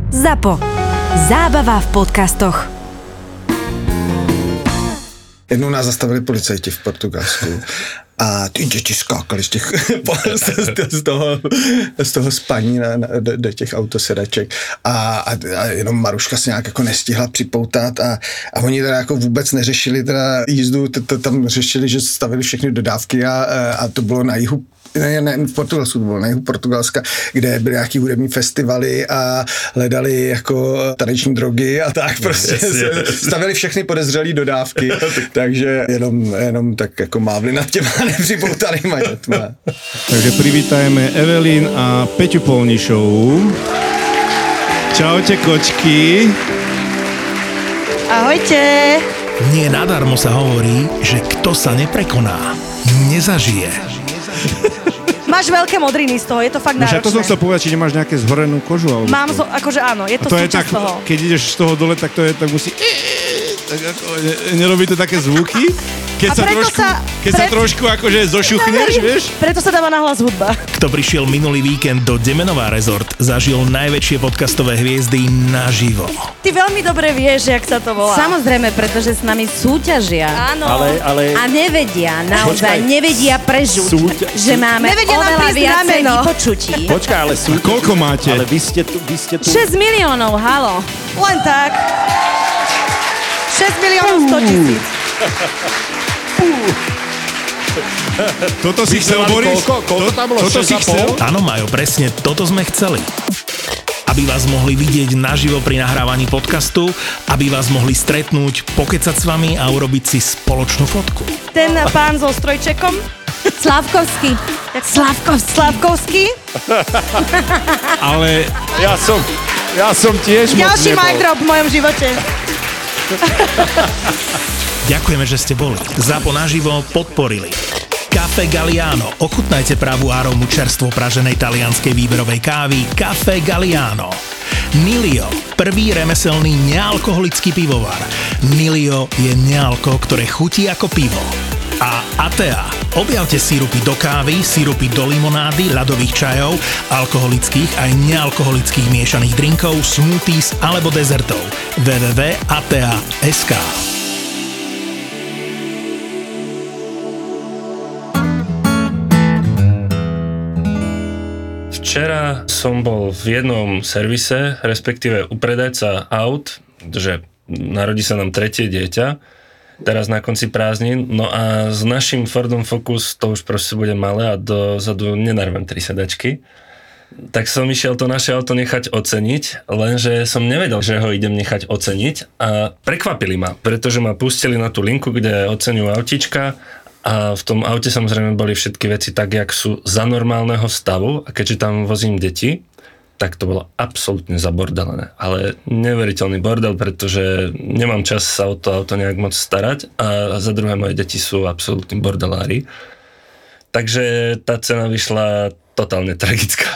ZAPO. Zábava v podcastoch. Jednou nás zastavili policajti v Portugalsku a ty děti skákali z toho spaní do těch autosedaček a jenom Maruška se nějak jako nestihla připoutat a oni teda jako vůbec neřešili teda jízdu, tam řešili, že stavili všechny dodávky a to bylo na jihu. Ne, v Portugalsku to bylo, na jihu Portugalska, kde byly nějaký hudební festivaly a hledali jako taneční drogy a tak prostě stavili všechny podezřelý dodávky, takže jenom tak jako mávli nad těma nepřipoutanýma dětma. Takže privítajme Evelyn a Peťu Polnišovú. Čaute, kočky. Ahojte. Nie nadarmo sa hovorí, že kto sa neprekoná, nezažije. Máš veľké modriny z toho, je to fakt náročné. Ja to som chcel povedať, či nemáš nejaké zhorenú kožu. Alebo mám, akože áno, je to súčasť toho. Keď ideš z toho dole, tak to je, tak musí... Tak ako, nerobí to také zvuky? Keď sa trošku akože zošuchneš, vieš? Preto sa dáva nahlas hudba. Kto prišiel minulý víkend do Demenová Resort, zažil najväčšie podcastové hviezdy naživo. Ty veľmi dobre vieš, jak sa to volá. Samozrejme, pretože s nami súťažia. Áno. Ale... A nevedia, naozaj nevedia prežuť, že máme oveľa viacej vypočutí. Počkaj, ale A koľko máte? Ale vy ste tu... 6 miliónov, halo. Len tak. 6 miliónov 100 000. Toto si chcel, Boris? Koľko tam bolo? Toto si chcel? Áno, Majo, presne toto sme chceli. Aby vás mohli vidieť naživo pri nahrávaní podcastu, aby vás mohli stretnúť, pokecať s vami a urobiť si spoločnú fotku. Ten pán so strojčekom. Slavkovský. Slavkovský. Ale... Ja som tiež moc Ďalší nebol. mic drop v mojom živote. Ďakujeme, že ste boli. ZAPO naživo podporili Caffè Galliano. Ochutnajte pravú arómu čerstvo praženej talianskej výberovej kávy Caffè Galliano. Nilio, prvý remeselný nealkoholický pivovar. Nilio je nealko, ktoré chutí ako pivo. A Atea. Objavte sirupy do kávy, sirupy do limonády, ľadových čajov, alkoholických aj nealkoholických miešaných drinkov, smoothies alebo dezertov. www.atea.sk. Včera som bol v jednom servise, respektíve u predajca aut, že narodí sa nám tretie dieťa, teraz na konci prázdnin, no a s našim Fordom Focus to už proste bude malé a dozadu nenarvem 3 sedačky. Tak som išiel to naše auto nechať oceniť, lenže som nevedel, že ho idem nechať oceniť a prekvapili ma, pretože ma pustili na tú linku, kde oceňujú autička a v tom aute samozrejme boli všetky veci tak, jak sú za normálneho stavu a keďže tam vozím deti, tak to bolo absolútne zabordelené. Ale neveriteľný bordel, pretože nemám čas sa o to auto nejak moc starať a za druhé moje deti sú absolútni bordelári. Takže tá cena vyšla totálne tragická.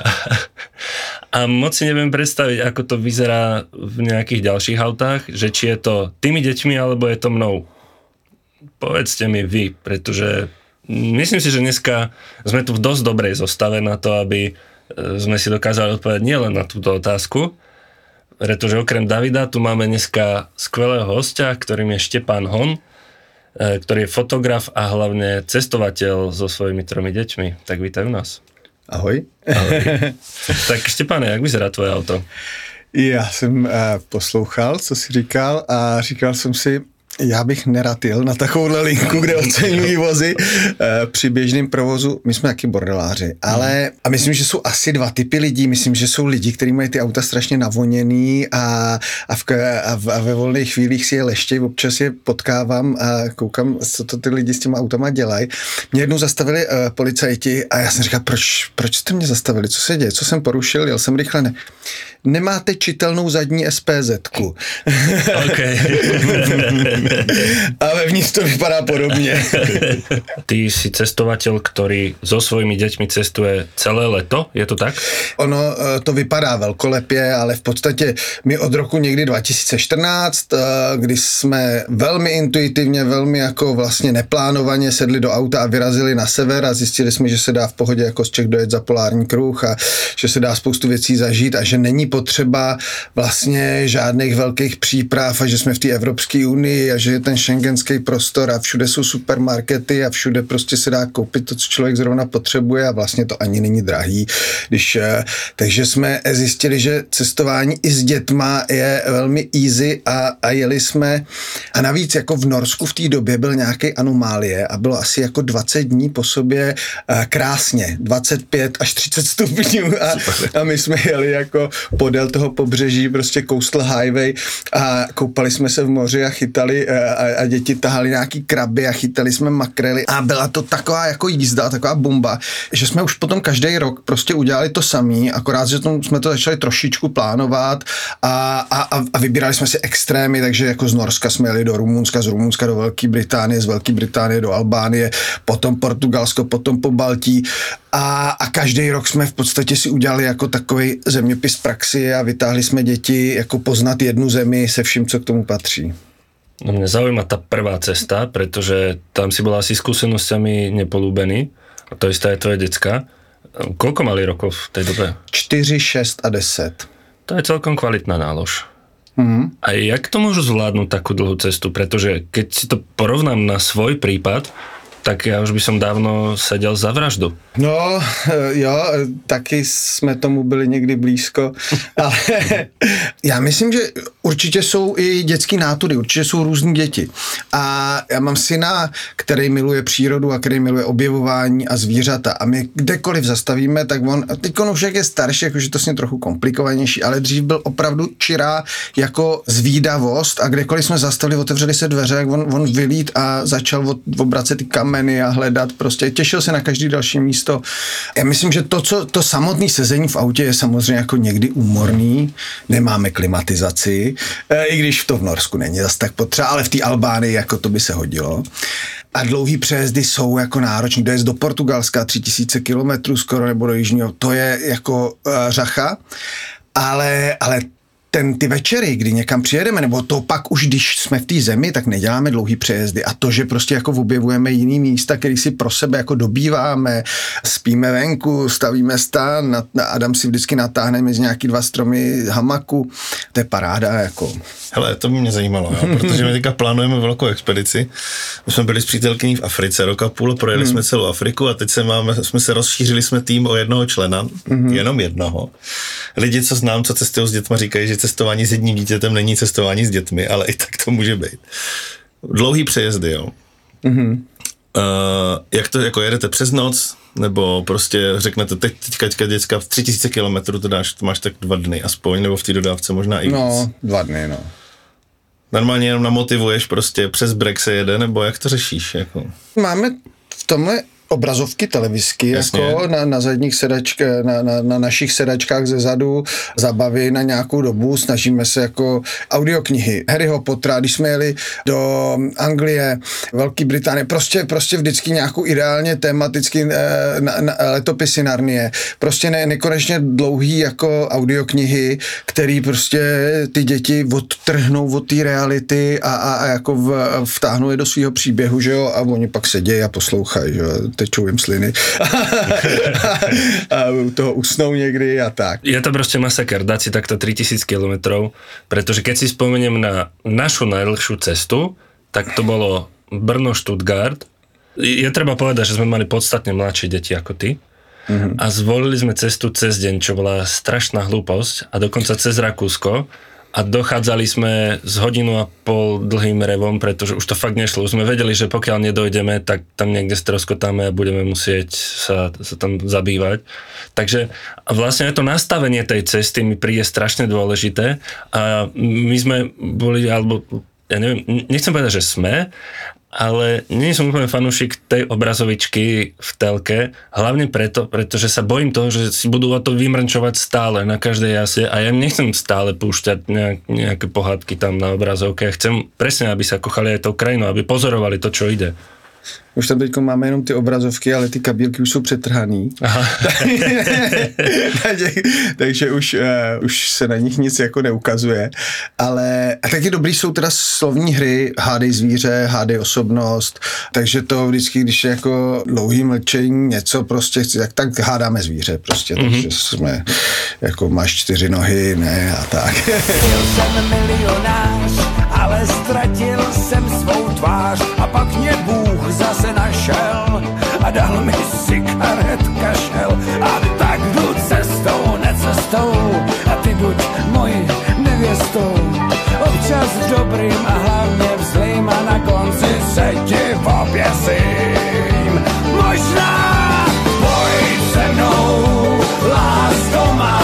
A moc si neviem predstaviť, ako to vyzerá v nejakých ďalších autách, že či je to tými deťmi, alebo je to mnou. Povedzte mi vy, pretože myslím si, že dneska sme tu v dosť dobrej zostave na to, aby sme si dokázali odpovedať nielen na túto otázku, pretože okrem Davida tu máme dneska skvelého hostia, ktorým je Štepán Hon, ktorý je fotograf a hlavne cestovateľ so svojimi 3 deťmi. Tak vítaj u nás. Ahoj. Ahoj. Tak Štěpáne, jak vyzerá tvoje auto? Já jsem poslouchal, co jsi říkal a říkal jsem si, já bych nerad jel na takovouhle linku, kde oceňují vozy při běžném provozu. My jsme taky bordeláři, ale a myslím, že jsou asi 2 typy lidí. Myslím, že jsou lidi, kteří mají ty auta strašně navoněný a ve volných chvílích si je leštěj. Občas je potkávám a koukám, co to ty lidi s těma autama dělají. Mě jednou zastavili policajti a já jsem říkal, proč jste mě zastavili? Co se děje? Co jsem porušil? Jel jsem rychle, ne. Nemáte čitelnou zadní SPZ-ku. Okay. A vevnitř to vypadá podobně. Ty si cestovateľ, ktorý so svojimi deťmi cestuje celé leto, je to tak? Ono to vypadá velkolepě, ale v podstatě my od roku někdy 2014, kdy jsme velmi intuitivně, velmi jako vlastně neplánovaně sedli do auta a vyrazili na sever a zjistili jsme, že se dá v pohodě jako z Čech dojet za polární kruh a že se dá spoustu věcí zažít a že není potřeba vlastně žádných velkých příprav a že jsme v té Evropské unii a že je ten schengenský prostor a všude jsou supermarkety a všude prostě se dá koupit to, co člověk zrovna potřebuje a vlastně to ani není drahý. Takže jsme zjistili, že cestování i s dětma je velmi easy a jeli jsme a navíc jako v Norsku v té době byl nějaký anomálie a bylo asi jako 20 dní po sobě krásně, 25 až 30 stupňů a my jsme jeli jako podél toho pobřeží, prostě Coastal Highway a koupali jsme se v moři a chytali a děti tahali nějaký kraby a chytali jsme makrely a byla to taková jako jízda, taková bomba, že jsme už potom každý rok prostě udělali to samý, akorát, že jsme to začali trošičku plánovat a vybírali jsme si extrémy, takže jako z Norska jsme jeli do Rumunska, z Rumunska do Velké Británie, z Velké Británie do Albánie, potom Portugalsko, potom po Baltí a každý rok jsme v podstatě si udělali jako takový zeměpis praxi a vytáhli jsme děti jako poznat jednu zemi se vším, co k tomu patří. No mňa zaujíma tá prvá cesta, pretože tam si bola asi skúsenosťami nepolúbený. A to isté je tvoje decka. Koľko mali rokov v tej dobe? 4, 6 a 10. To je celkom kvalitná nálož. A jak to môžu zvládnuť takú dlhú cestu? Pretože keď si to porovnám na svoj prípad, tak já už by som dávno seděl za vraždu. No, jo, taky jsme tomu byli někdy blízko, ale já myslím, že určitě jsou i dětský nátury, určitě jsou různý děti. A já mám syna, který miluje přírodu a který miluje objevování a zvířata a my kdekoliv zastavíme, tak teď už jak je starší, jakože to je trochu komplikovanější, ale dřív byl opravdu čirá jako zvídavost a kdekoliv jsme zastavili, otevřeli se dveře, jak on vylít a začal obracet ty kameny a hledat, prostě těšil se na každý další místo. Já myslím, že to samotné sezení v autě je samozřejmě jako někdy úmorný, nemáme klimatizaci, i když to v Norsku není zase tak potřeba, ale v té Albánii jako to by se hodilo. A dlouhý přejezdy jsou jako náročný, dojezd do Portugalska 3000 kilometrů skoro nebo do jižního, to je jako řacha, ale ty večery, kdy někam přijedeme, nebo to pak už, když jsme v té zemi, tak neděláme dlouhý přejezdy a to, že prostě jako objevujeme jiný místa, který si pro sebe jako dobýváme, spíme venku, stavíme stan, Adam si vždycky natáhne mezi nějaký 2 stromy hamaku, to je paráda jako. Hele, to by mě zajímalo, jo, protože my teďka plánujeme velkou expedici. My jsme byli s přítelkyní v Africe rok a půl, projeli jsme celou Afriku a teď jsme se rozšířili tým o jednoho člena, jenom jednoho. Lidi, co znám, co cestují s dětma, říkají, že cestování s jedním dítětem není cestování s dětmi, ale i tak to může být. Dlouhý přejezdy, jo. Jak to, jako jedete přes noc, nebo prostě řeknete, teďka děcka v 3000 kilometrů to máš tak 2 dny aspoň, nebo v té dodávce možná i víc. No, 2 dny, no. Normálně jenom namotivuješ prostě přes break se jede, nebo jak to řešíš? Jako? Máme v tomhle obrazovky televizky, jako na zadních sedačkách, na našich sedačkách ze zadu, zabavy na nějakou dobu, snažíme se jako audioknihy Harryho Pottera, když jsme jeli do Anglie, Velké Británie, prostě vždycky nějakou ideálně tematicky letopisy Narnie, prostě nekonečně dlouhý jako audioknihy, který prostě ty děti odtrhnou od té reality a jako vtáhnou je do svého příběhu, že jo, a oni pak sedějí a poslouchají, že jo, tečou jim sliny a u toho usnou někdy a tak. Je to prostě masaker, dať si takto 3000 kilometrov, pretože keď si spomeniem na našu najdlhšiu cestu, tak to bolo Brno-Stuttgart. Je treba povedať, že sme mali podstatne mladšie deti ako ty a zvolili sme cestu cez deň, čo bola strašná hlúposť a dokonca cez Rakúsko. A dochádzali sme s 1,5 hodiny dlhým revom, pretože už to fakt nešlo. Už sme vedeli, že pokiaľ nedojdeme, tak tam niekde stroskotáme a budeme musieť sa tam zabývať. Takže vlastne to nastavenie tej cesty mi príde strašne dôležité a my sme boli, alebo ja neviem, nechcem povedať, že sme, ale nie som úplne fanúšik tej obrazovičky v telke, hlavne pretože sa bojím toho, že si budú o to vymrnčovať stále na každej jase a ja nechcem stále púšťať nejaké pohádky tam na obrazovke. Ja chcem presne, aby sa kochali aj tou krajinou, aby pozorovali to, čo ide. Už tam teď máme jenom ty obrazovky, ale ty kabílky už jsou přetrhaný. takže už se na nich nic jako neukazuje. Ale a taky dobrý jsou teda slovní hry, hádej zvíře, hádej osobnost, takže to vždycky, když je jako dlouhý mlčení, něco prostě, tak hádáme zvíře prostě, takže jsme, jako máš 4 nohy, ne a tak. Byl jsem milionář, ale ztratil jsem svou tvář a pak mě Bůh zase našel a dal mi cigaret kašel a tak jdu cestou, necestou a ty buď mojí nevěstou. Občas dobrým a hlavně vzlým a na konci se ti popěsím. Možná pojď se mnou, lásko má,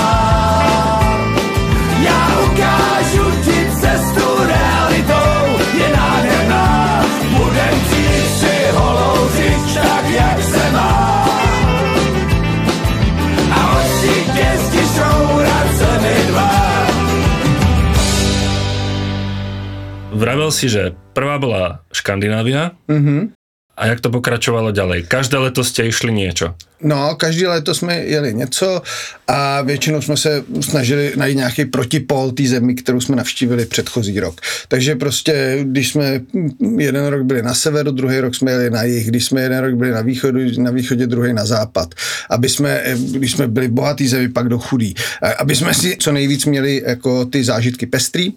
já ukážu ti cestu realitou, je nádherná, budem ti si holou říct tak, jak se má. A oči děsti šourat se mi dva. Vravel si, že prvá bola Škandinávia. A jak to pokračovalo ďalej? Každé leto ste išli niečo? No, každý léto jsme jeli něco a většinou jsme se snažili najít nějaký protipol té zemi, kterou jsme navštívili předchozí rok. Takže prostě, když jsme jeden rok byli na severu, druhý rok jsme jeli na jih, když jsme jeden rok byli na východě, druhý na západ. Aby jsme, když jsme byli bohatý zemi, pak do chudý. Aby jsme si co nejvíc měli jako ty zážitky pestrý.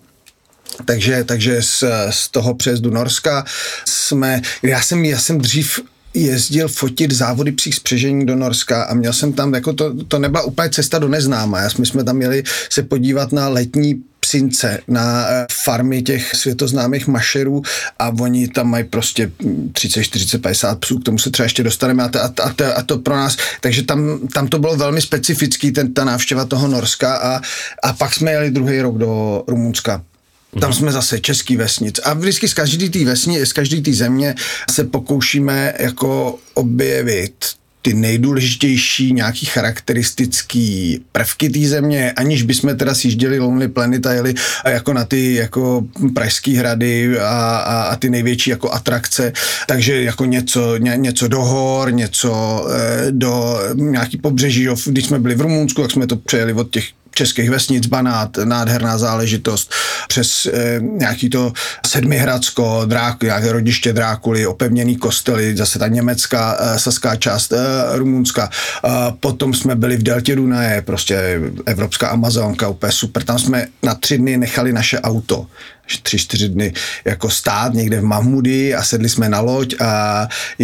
Takže z toho přejezdu Norska já jsem dřív jezdil fotit závody psích spřežení do Norska a měl jsem tam, jako to nebyla úplně cesta do neznáma. My jsme tam měli se podívat na letní psince, na farmy těch světoznámých mašerů a oni tam mají prostě 30, 40, 50 psů, k tomu se třeba ještě dostaneme a to pro nás, takže tam to bylo velmi specifický, ta návštěva toho Norska a pak jsme jeli druhý rok do Rumunska. Tam jsme zase český vesnic a vždycky z každé té země se pokoušíme jako objevit ty nejdůležitější nějaký charakteristický prvky té země, aniž bychom teda sjížděli Lonely Planet a jeli jako na ty jako pražský hrady a ty největší jako atrakce, takže jako něco do hor, něco do nějaký pobřeží, když jsme byli v Rumunsku, tak jsme to přejeli od těch českých vesnic, Banát, nádherná záležitost, přes nějaký to Sedmihradsko, nějaké rodiště Drákuly, opevněný kostely, zase ta německá saská část Rumunska. Potom jsme byli v deltě Dunaje, prostě evropská Amazonka, úplně super. Tam jsme na 3 dny nechali naše auto. 3-4 dny jako stát někde v Mahmudi a sedli jsme na loď a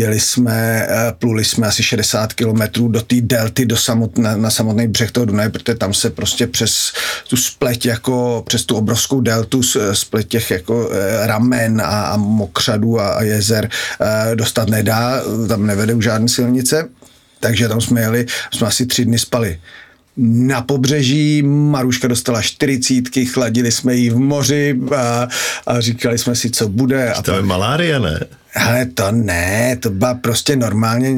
pluli jsme asi 60 kilometrů do té delty, na samotný břeh toho Dunaje, protože tam se prostě přes tu spleť, jako přes tu obrovskou deltu, spleť těch jako ramen a mokřadů a jezer dostat nedá, tam nevedou žádné silnice, takže tam jsme jeli, jsme asi 3 dny spali na pobřeží, Maruška dostala 40, chladili jsme jí v moři a říkali jsme si, co bude. To je malárie, ne? Ale to ne, to byla prostě normálně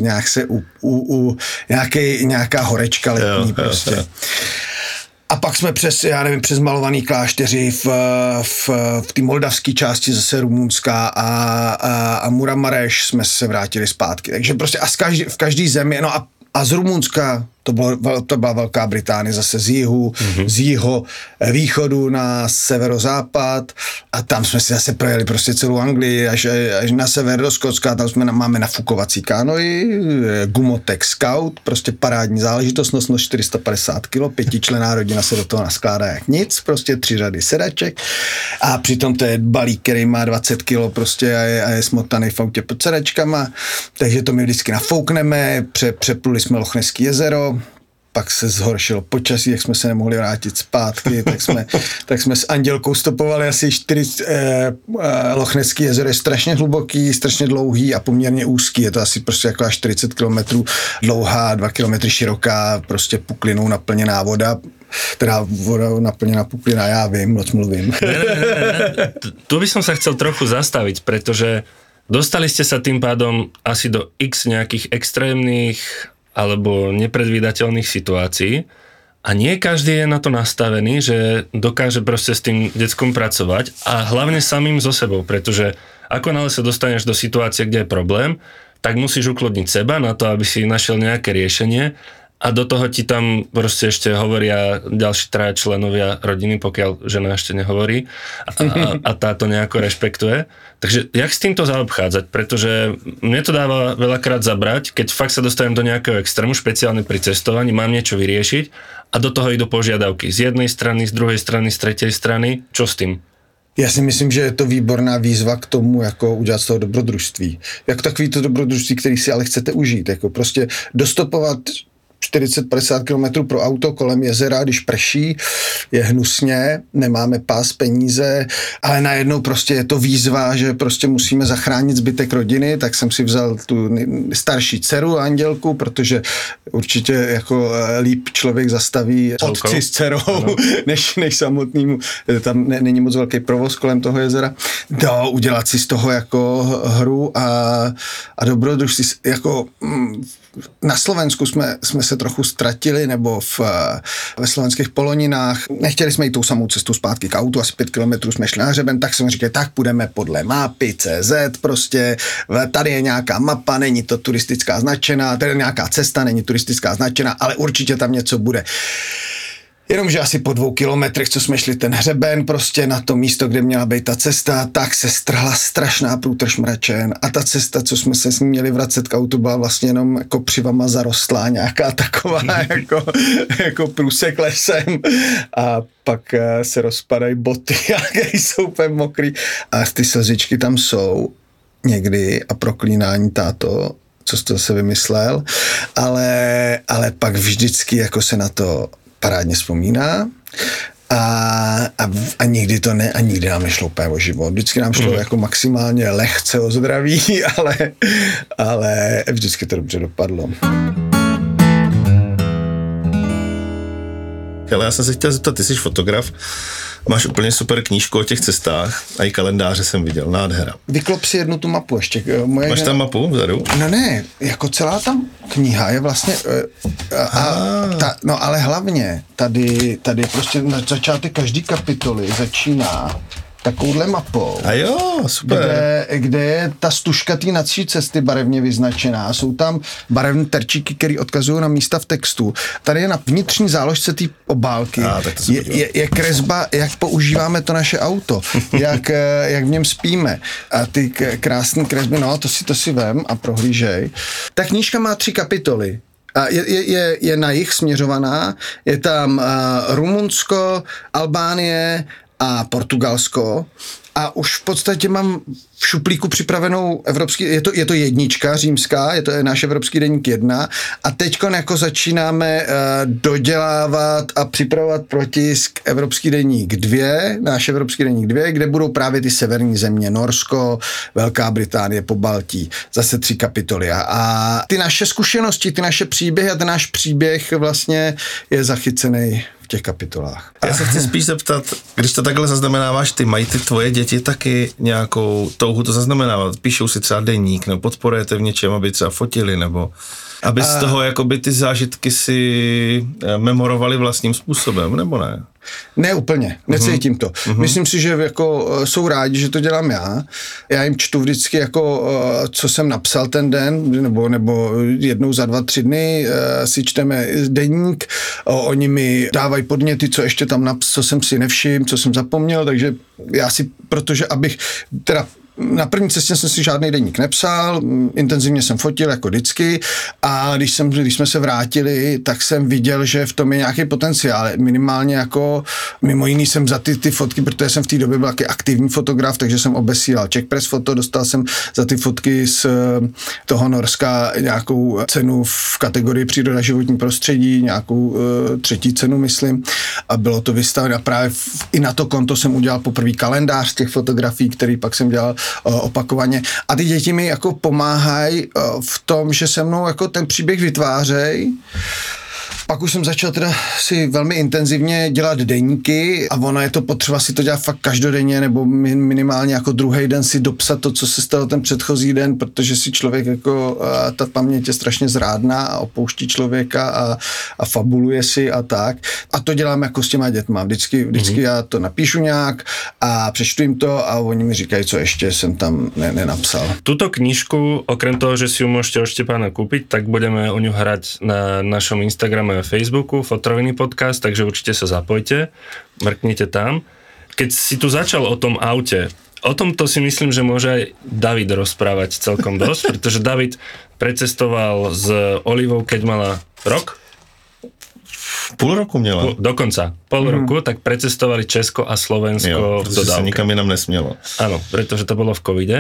nějaká horečka letní prostě. Jo. A pak jsme přes malovaný klášteři v té moldavské části zase Rumunska a Muramareš jsme se vrátili zpátky. Takže prostě v každé zemi, no a z Rumunska to byla Velká Británie zase z jihu, z východu na severozápad a tam jsme si zase projeli prostě celou Anglii až na sever do Skotska, tam máme nafukovací kánoji, Gumotek Scout, prostě parádní záležitost, nosnost 450 kg, 5členná rodina se do toho naskládá jak nic, prostě 3 řady sedaček a přitom to je balík, který má 20 kg prostě a je smotaný v autě pod sedačkama, takže to my vždycky nafoukneme, přepluli jsme Lochneský jezero, pak se zhoršilo počasí, jak jsme se nemohli vrátit zpátky, tak jsme s Andělkou stopovali asi 40, Lochneský jezero je strašně hluboký, strašně dlouhý a poměrně úzký, je to asi prostě jako až 40 km dlouhá, 2 km široká, prostě puklinou naplněná voda, teda voda naplněná puklina, já vím, moc mluvím. Ne. Tu by som sa chcel trochu zastaviť, pretože dostali ste sa tým pádom asi do x nejakých extrémnych alebo nepredvídateľných situácií a nie každý je na to nastavený, že dokáže proste s tým deckom pracovať a hlavne samým so sebou, pretože ako náhle sa dostaneš do situácie, kde je problém, tak musíš ukludniť seba na to, aby si našiel nejaké riešenie a do toho ti tam proste ešte hovoria ďalší 3 členovia rodiny, pokiaľ žena ešte nehovorí a táto nejako rešpektuje. Takže jak s týmto zaobchádzať? Pretože mne to dáva veľakrát zabrať, keď fakt sa dostanem do nejakého extrému, špeciálne pri cestovaní, mám niečo vyriešiť a do toho idú požiadavky z jednej strany, z druhej strany, z tretej strany. Čo s tým? Já si myslím, že je to výborná výzva k tomu, jako udělat z toho dobrodružství. Jako takový to dobrodružství, který si ale chcete užít. Jako prostě dostopovat 40-50 km pro auto kolem jezera, když prší, je hnusně, nemáme pás, peníze, ale najednou prostě je to výzva, že prostě musíme zachránit zbytek rodiny, tak jsem si vzal tu starší dceru Andělku, protože určitě jako líp člověk zastaví otci s dcerou, než samotnýmu. Tam není moc velký provoz kolem toho jezera. Udělat si z toho jako hru a dobrodružství. Jako na Slovensku jsme se trochu ztratili, nebo ve slovenských Poloninách. Nechtěli jsme jít tou samou cestou zpátky k autu, asi 5 kilometrů jsme šli na hřeben, tak jsme říkali, tak půjdeme podle mapy CZ, prostě tady je nějaká mapa, není to turistická značená, tady je nějaká cesta, není turistická značená, ale určitě tam něco bude. Jenomže asi po 2 kilometrech, co jsme šli ten hřeben prostě na to místo, kde měla být ta cesta, tak se strhla strašná průtrž mračen a ta cesta, co jsme se s ní měli vracet k autu, byla vlastně jenom kopřivama zarostlá, nějaká taková jako průsek lesem a pak se rozpadají boty, jaké jsou úplně mokrý a ty slzičky tam jsou někdy a proklínání táto, co jsi to zase vymyslel, ale pak vždycky jako se na to parádně vzpomíná a nikdy to ne, a nikdy nám nešlo úplně o život. Vždycky nám šlo jako maximálně lehce o zdraví, ale vždycky to dobře dopadlo. Ale já jsem se chtěl zeptat, ty jsi fotograf, máš úplně super knížku o těch cestách a i kalendáře jsem viděl, nádhera. Vyklop si jednu tu mapu ještě. Máš tam mapu vzadu? No ne, jako celá tam kniha je vlastně, no ale hlavně tady prostě na začátek každý kapitoly začíná takovouhle mapou. A jo, super. Kde je ta stužka té naší cesty barevně vyznačená. Jsou tam barevné terčíky, které odkazují na místa v textu. Tady je na vnitřní záložce té obálky. Je kresba, jak používáme to naše auto, jak v něm spíme. A ty krásné kresby, no to si vem a prohlížej. Ta knížka má 3 kapitoly. A je na jih směřovaná. Je tam Rumunsko, Albánie a Portugalsko a už v podstatě mám v šuplíku připravenou evropský, je to 1 římská, je to náš evropský deník 1 a teďkon jako začínáme dodělávat a připravovat protisk evropský deník 2, náš evropský deník 2, kde budou právě ty severní země, Norsko, Velká Británie, Pobaltí, zase 3 kapitoly a ty naše zkušenosti, ty naše příběhy a ten náš příběh vlastně je zachycený v těch kapitolách. Já se chci spíš zeptat, když to takhle zaznamenáváš, ty mají ty tvoje děti taky nějakou touhu to zaznamenávat? Píšou si třeba deník, nebo podporujete v něčem, aby třeba fotili, nebo aby z toho jakoby ty zážitky si memorovali vlastním způsobem, nebo ne? Ne úplně, necítím to. Myslím si, že jako jsou rádi, že to dělám já. Já jim čtu vždycky jako, co jsem napsal ten den, nebo jednou za 2-3 dny si čteme deník, oni mi dávají podněty, co ještě tam co jsem si nevšiml, co jsem zapomněl, takže já si, protože abych teda na první cestě jsem si žádný deník nepsal, intenzivně jsem fotil jako vždycky a když jsme se vrátili, tak jsem viděl, že v tom je nějaký potenciál. Minimálně jako mimo jiný jsem za ty fotky, protože jsem v té době byl taky aktivní fotograf, takže jsem obesílal Czech Press foto, dostal jsem za ty fotky z toho Norska nějakou cenu v kategorii příroda životní prostředí, nějakou 3. cenu, myslím, a bylo to vystavené a právě i na to konto jsem udělal poprvé kalendář těch fotografií, který pak jsem dělal opakovaně. A ty děti mi jako pomáhají v tom, že se mnou jako ten příběh vytvářejí Pak už jsem začal teda si velmi intenzivně dělat deníky a ono je to potřeba si to dělat fakt každodenně nebo minimálně jako druhý den si dopsat to, co se stalo ten předchozí den, protože si člověk jako ta paměť je strašně zrádná a opouští člověka a fabuluje si a tak. A to dělám jako s těma dětma. Vždycky já to napíšu nějak a přečtu jim to a oni mi říkají, co ještě jsem tam nenapsal. Tuto knižku, okrem toho, že si ju môžete od Štepána kúpiť, tak budeme o ňu hrať na našom Instagrame a Facebooku, Fotroviny podcast, takže určite sa zapojte, mrknite tam. Keď si tu začal o tom aute, o tomto si myslím, že môže aj David rozprávať celkom dosť, pretože David precestoval s Olivou, keď mala rok? Půl roku měla. Dokonca. Pol roku, tak precestovali Česko a Slovensko v dodávke. Se nikam jinam nesmělo. Áno, pretože to bolo v covide.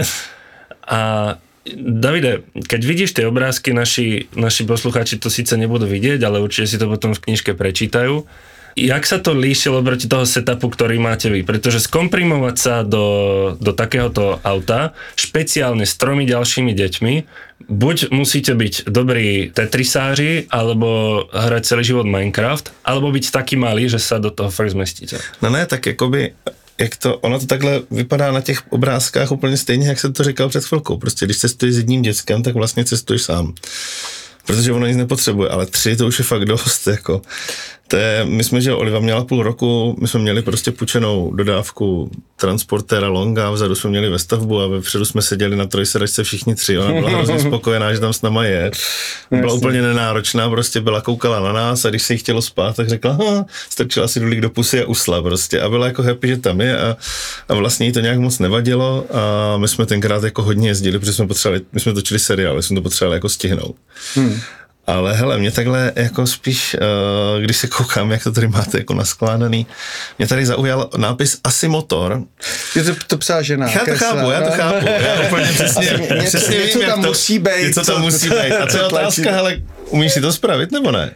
A Davide, keď vidíš tie obrázky, naši poslucháči to síce nebudú vidieť, ale určite si to potom v knižke prečítajú. Jak sa to líšilo proti toho setupu, ktorý máte vy? Pretože skomprimovať sa do takéhoto auta, špeciálne s 3 ďalšími deťmi, buď musíte byť dobrí tetrisáři, alebo hrať celý život Minecraft, alebo byť taký malý, že sa do toho fakt zmestíte. No ne, tak jakoby, ono to takhle vypadá na těch obrázkách úplně stejně, jak jsem to říkal před chvilkou. Prostě když cestuješ s jedním dětskem, tak vlastně cestuješ sám. Protože ono nic nepotřebuje, ale 3 to už je fakt dost, jako. My jsme, že Oliva měla půl roku, my jsme měli prostě půjčenou dodávku transportéra Longa, vzadu jsme měli ve stavbu a vepředu jsme seděli na trojsedačce všichni 3, ona byla hrozně spokojená, že tam s náma je. Byla úplně nenáročná, prostě koukala na nás a když se jí chtělo spát, tak řekla, strčila si dulík do pusy a usla prostě a byla jako happy, že tam je a vlastně jí to nějak moc nevadilo a my jsme tenkrát jako hodně jezdili, protože my jsme točili seriál, jsme to potřebovali jako stihnout. Ale hele, mě takhle jako spíš, když se koukám, jak to tady máte jako naskládaný, mě tady zaujal nápis Asi motor. To psala žena. Já to chápu. Já úplně přesně vím, něco tam musí být. Něco tam musí být. A co je otázka, hele, umíš si to spravit nebo ne?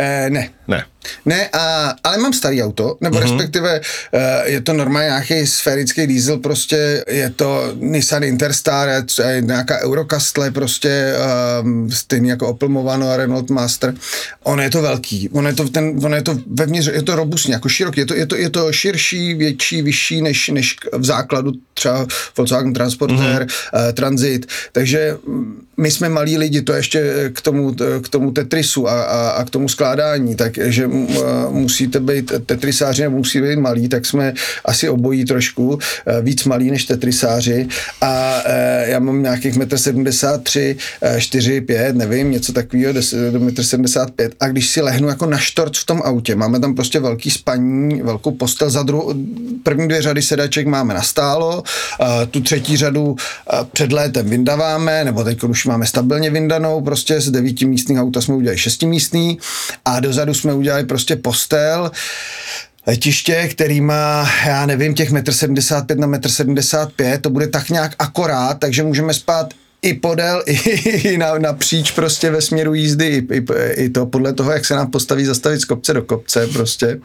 Ne, ale mám starý auto, nebo respektive je to normálně nějaký sférický diesel, prostě je to Nissan Interstar, je nějaká Eurocastle, prostě stejný jako Opel Movano a Renault Master. On je to velký, on je to vevnitř, je to robustní, jako široký, je to širší, větší, vyšší než v základu třeba Volkswagen Transporter, Transit, takže my jsme malí lidi, to ještě k tomu Tetrisu a k tomu skládání, takže musíte být tetrisáři nebo musí být malí, tak jsme asi obojí trošku víc malí než tetrisáři a já mám nějakých 1,73 m, 4, 5, nevím, něco takového, 1,75 m a když si lehnu jako na štorc v tom autě, máme tam prostě velký spaní, velkou postel, první 2 řady sedaček máme nastálo, tu 3. řadu před létem vyndaváme, nebo teď už máme stabilně vyndanou, prostě z 9 místných auta jsme udělali 6 místný a dozadu jsme udělali prostě postel, letiště, který má, já nevím, těch 1,75 m na 1,75 m, to bude tak nějak akorát, takže můžeme spát i podél, i napříč prostě ve směru jízdy, i to podle toho, jak se nám postaví zastavit z kopce do kopce prostě.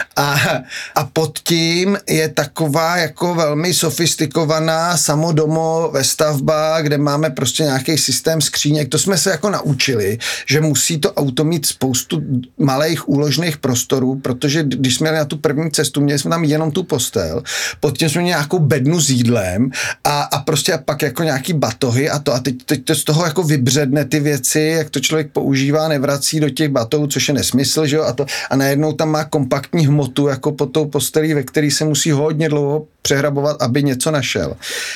A pod tím je taková jako velmi sofistikovaná samodomo ve stavbách, kde máme prostě nějaký systém skříněk. To jsme se jako naučili, že musí to auto mít spoustu malých úložných prostorů, protože když jsme na tu první cestu, měli jsme tam jenom tu postel, pod tím jsme měli nějakou bednu s jídlem a prostě pak jako nějaký batohy a teď to z toho jako vybředne ty věci, jak to člověk používá, nevrací do těch batohů, což je nesmysl, že jo, a najednou tam má kompaktní hmotu jako pod tou postelí, ve který se musí hodně dlouho přehrabovat, aby něco našel.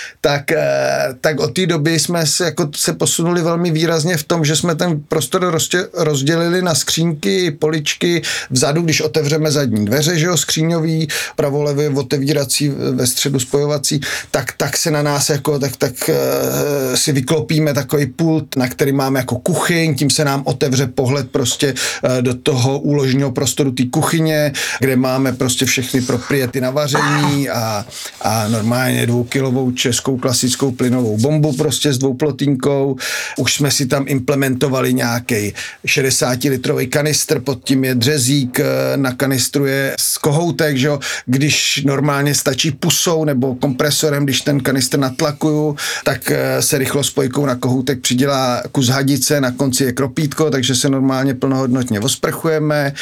Tak od té doby jsme se posunuli velmi výrazně v tom, že jsme ten prostor rozdělili na skřínky, poličky, vzadu, když otevřeme zadní dveře, že jo, skříňový, pravolevě otevírací, ve středu spojovací, tak se na nás jako, tak si vyklopíme takový pult, na který máme jako kuchyň, tím se nám otevře pohled prostě do toho úložního prostoru té kuchyně, kde máme prostě všechny propriety na vaření a normálně 2kilovou českou klasickou plynovou bombu prostě s 2plotínkou. Už jsme si tam implementovali nějaký 60-litrový kanistr, pod tím je dřezík, na kanistru je kohoutek, že jo, když normálně stačí pusou nebo kompresorem, když ten kanistr natlakuju, tak se rychlo bylo spojkou na kohoutek, přidělá kus hadice, na konci je kropítko, takže se normálně plnohodnotně osprchujeme.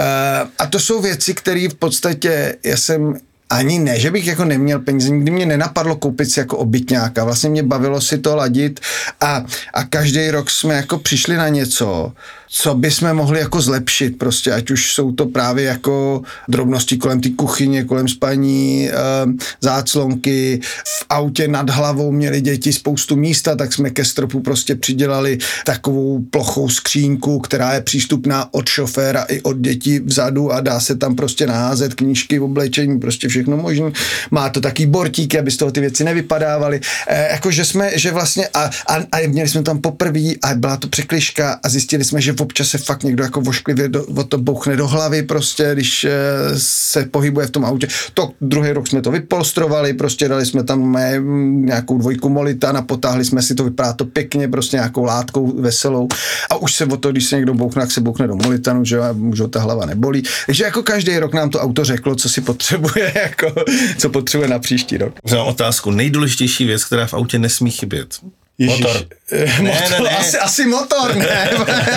A to jsou věci, které v podstatě já jsem ani ne, že bych jako neměl peníze, nikdy mě nenapadlo koupit si jako obytňáka, vlastně mě bavilo si to ladit a každý rok jsme jako přišli na něco, co bychom mohli jako zlepšit prostě, ať už jsou to právě jako drobnosti kolem té kuchyně, kolem spaní, záclonky, v autě nad hlavou měli děti spoustu místa, tak jsme ke stropu prostě přidělali takovou plochou skřínku, která je přístupná od šoféra i od dětí vzadu a dá se tam prostě naházet knížky, oblečení, prostě všechno možné. Má to taky bortíky, aby z toho ty věci nevypadávaly. Jakože jsme, že vlastně a měli jsme tam poprvé a byla to překližka a zjistili jsme, že občas se fakt někdo jako vošklivě o to bouchne do hlavy prostě, když se pohybuje v tom autě. To druhý rok jsme to vypolstrovali, prostě dali jsme tam nějakou 2 molitan a potáhli jsme si to, vypadá to pěkně, prostě nějakou látkou veselou a už se o to, když se někdo bouchne, tak se bouchne do molitanu, že už ta hlava nebolí. Takže jako každý rok nám to auto řeklo, co si potřebuje, jako, co potřebuje na příští rok. Mám otázku, nejdůležitější věc, která v autě nesmí chybět. Ježiš. Motor. Ne. Asi motor, ne.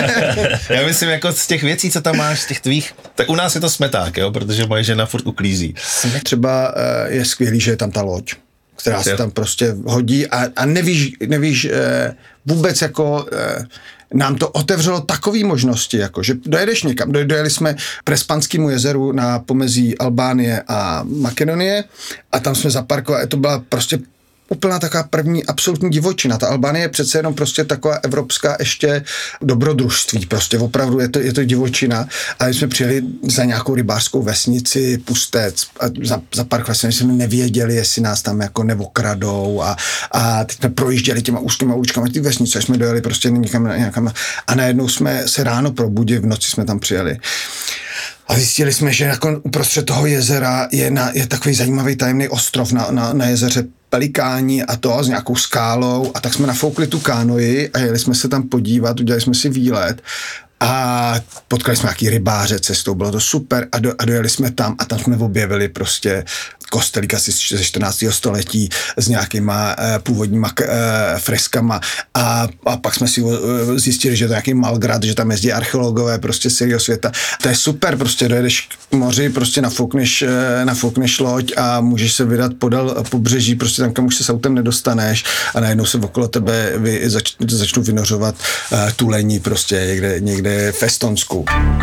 Já myslím, jako z těch věcí, co tam máš, z těch tvých, tak u nás je to smeták, jo, protože moje žena furt uklízí. Třeba je skvělý, že je tam ta loď, která se tam prostě hodí a nevíš vůbec jako... nám to otevřelo takové možnosti, jako, že dojedeš někam. Dojeli jsme k Prespanskému jezeru na pomezí Albánie a Makedonie a tam jsme zaparkovali. To byla prostě úplná taková první absolutní divočina. Ta Albánie je přece jenom prostě taková evropská ještě dobrodružství. Prostě opravdu je to divočina. A my jsme přijeli za nějakou rybářskou vesnici, Pustec a za pár chvíli jsme nevěděli, jestli nás tam jako neokradou a teď jsme projížděli těma úzkýma uličkami ty vesnice, až jsme dojeli prostě někam a najednou jsme se ráno probudili, v noci jsme tam přijeli. A zjistili jsme, že jako uprostřed toho jezera je takový zajímavý tajemný ostrov na jezeře Pelikáni a to s nějakou skálou a tak jsme nafoukli tu kánoji a jeli jsme se tam podívat, udělali jsme si výlet a potkali jsme nějaký rybáře cestou, bylo to super a dojeli jsme tam a tam jsme objevili prostě kostelík asi ze 14. století s nějakýma původníma freskama a pak jsme si zjistili, že to je nějaký Malgrad, že tam jezdí archeologové prostě z celého světa. To je super, prostě dojedeš k moři, prostě nafoukneš loď a můžeš se vydat podél pobřeží, prostě tam, kam už se s autem nedostaneš a najednou se okolo tebe začnou vynořovat tuleni prostě někde v Estonsku.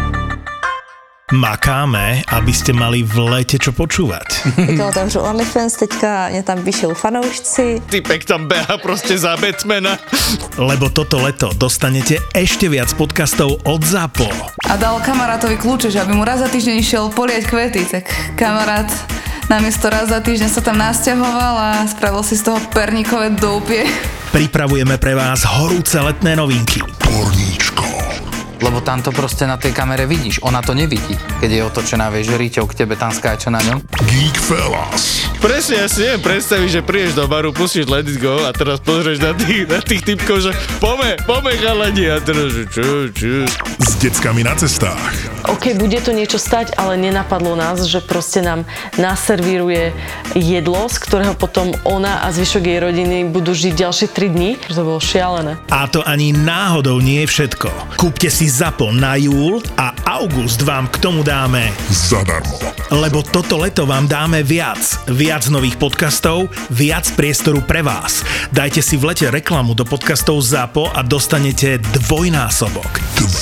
Makáme, aby ste mali v lete čo počúvať. Teďka otevřu OnlyFans, teďka mě tam píšou fanoušci. Typek tam beha proste za Batmana. Lebo toto leto dostanete ešte viac podcastov od ZAPO. A dal kamarátovi kľúče, že aby mu raz za týždeň išiel poliať kvety, tak kamarát namiesto raz za týždeň sa tam nasťahoval a spravil si z toho perníkové doupie. Pripravujeme pre vás horúce letné novinky. Porníčko. Lebo tam to proste na tej kamere vidíš, ona to nevidí. Keď je otočená, vieš, Ríťou k tebe tam skáče na ňom. Geekfellas. Presne, ja si neviem predstaviť, že prídeš do baru, pustíš Let It Go a teraz pozrieš na tých typkov, že pome chalani a teraz, že čo. S deckami na cestách. OK, bude to niečo stať, ale nenapadlo nás, že proste nám naservíruje jedlo, z ktorého potom ona a zvyšok jej rodiny budú žiť ďalšie 3 dní. To bolo šialené. A to ani náhodou nie je všetko. Kúpte si ZAPO na júl a august vám k tomu dáme zadarmo. Lebo toto leto vám dáme viac nových podcastov, viac priestoru pre vás. Dajte si v lete reklamu do podcastov ZAPO a dostanete dvojnásobok.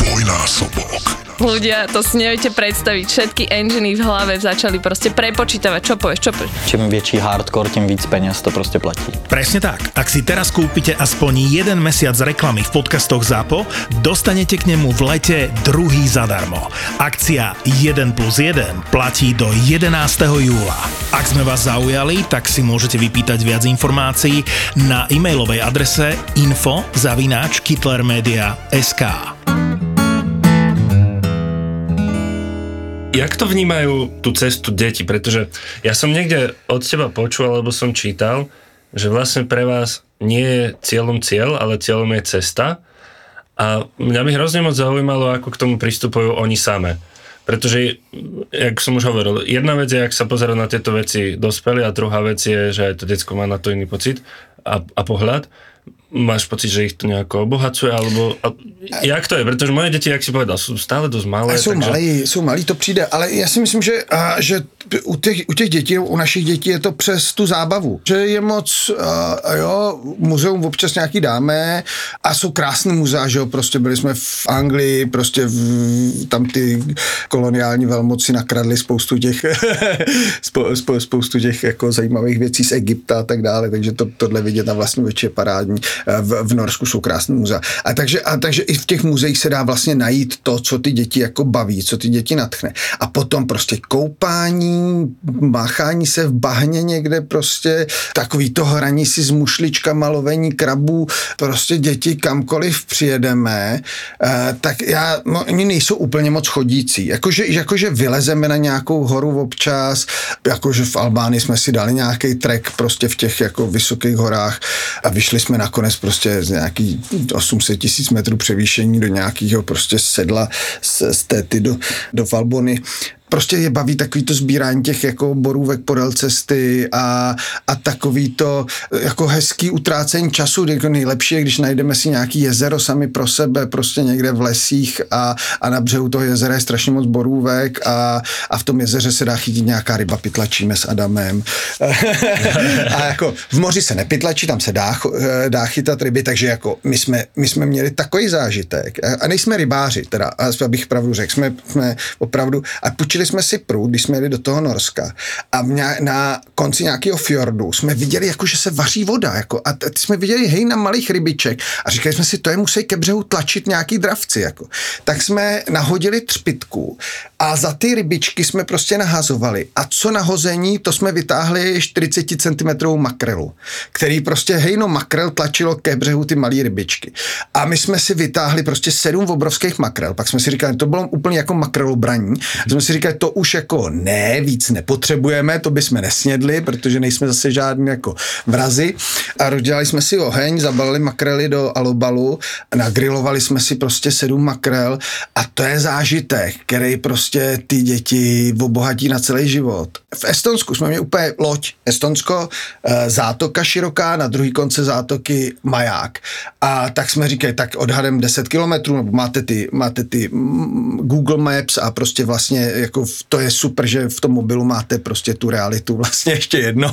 Ľudia, to si neviete predstaviť. Všetky enginy v hlave začali proste prepočítavať. Čo povieš? Čím väčší hardcore, tím víc peněz to prostě platí. Presne tak. Ak si teraz kúpite aspoň 1 mesiac reklamy v podcastoch ZAPO, dostanete k nemu v lete druhý zadarmo. Akcia 1+1 platí do 11. júla. Ak sme vás zaujali, tak si môžete vypýtať viac informácií na e-mailovej adrese info@kittlermedia.sk. Jak to vnímajú tú cestu deti? Pretože ja som niekde od teba počul, alebo som čítal, že vlastne pre vás nie je cieľom cieľ, ale cieľom je cesta. A mňa by hrozne moc zaujímalo, ako k tomu pristupujú oni samé. Pretože, jak som už hovoril, jedna vec je, jak sa pozerá na tieto veci dospelí a druhá vec je, že aj to decko má na to iný pocit a pohľad. máš pocit, že ich to nejako obohacuje, alebo jak to je? Protože moje děti, jak si povedal, jsou stále dost malé. Jsou malí, to přijde, ale já si myslím, že u těch dětí, u našich dětí je to přes tu zábavu, že je moc, muzeum občas nějaký dáme a jsou krásný muzea, že jo, prostě byli jsme v Anglii, prostě tam ty koloniální velmoci nakradli spoustu těch jako zajímavých věcí z Egypta a tak dále, takže tohle vidět na vlastní oči je parádní. V Norsku jsou krásné muzea. A takže i v těch muzeích se dá vlastně najít to, co ty děti jako baví, co ty děti nadchne. A potom prostě koupání, máchání se v bahně někde prostě, takový to hraní si s mušličkama, lovení krabů, prostě děti kamkoliv přijedeme, tak oni nejsou úplně moc chodící. Jakože vylezeme na nějakou horu občas, jakože v Albánii jsme si dali nějaký trek prostě v těch jako vysokých horách a vyšli jsme nakonec prostě z nějaký 800 000 metrů převýšení do nějakého prostě sedla z Téty do Valbony. Prostě je baví takový to sbírání těch jako borůvek podél cesty a takový to jako hezký utrácení času, jako nejlepší je, když najdeme si nějaký jezero sami pro sebe, prostě někde v lesích a na břehu toho jezera je strašně moc borůvek a v tom jezeře se dá chytit nějaká ryba, pytlačíme s Adamem. A jako v moři se nepytlačí, tam se dá chytat ryby, takže jako my jsme měli takový zážitek a nejsme rybáři, teda, abych pravdu řekl, jsme opravdu, a půjčili jsme si prut, když jsme jeli do toho Norska a na konci nějakého fjordu jsme viděli, jako, že se vaří voda, jako, a jsme viděli hejna malých rybiček a říkali jsme si, to je musí ke břehu tlačit nějaký dravci, jako. Tak jsme nahodili třpytku a za ty rybičky jsme prostě nahazovali a co nahození, to jsme vytáhli 40 cm makrelu, který prostě hejno makrel tlačilo ke břehu ty malé rybičky. A my jsme si vytáhli prostě 7 obrovských makrel, pak jsme si říkali, to bylo úplně jako makrelobraní, jsme si říkali, to už jako víc nepotřebujeme, to bychom nesnědli, protože nejsme zase žádný jako vrazi. A rozdělali jsme si oheň, zabalili makrely do alobalu, nagrilovali jsme si prostě 7 makrel a to je zážitek, který prostě ty děti obohatí na celý život. V Estonsku jsme měli úplně loď. Estonsko, zátoka široká, na druhý konce zátoky maják. A tak jsme říkali, tak odhadem 10 kilometrů, nebo máte ty Google Maps a prostě vlastně jako to je super, že v tom mobilu máte prostě tu realitu vlastně ještě jednou,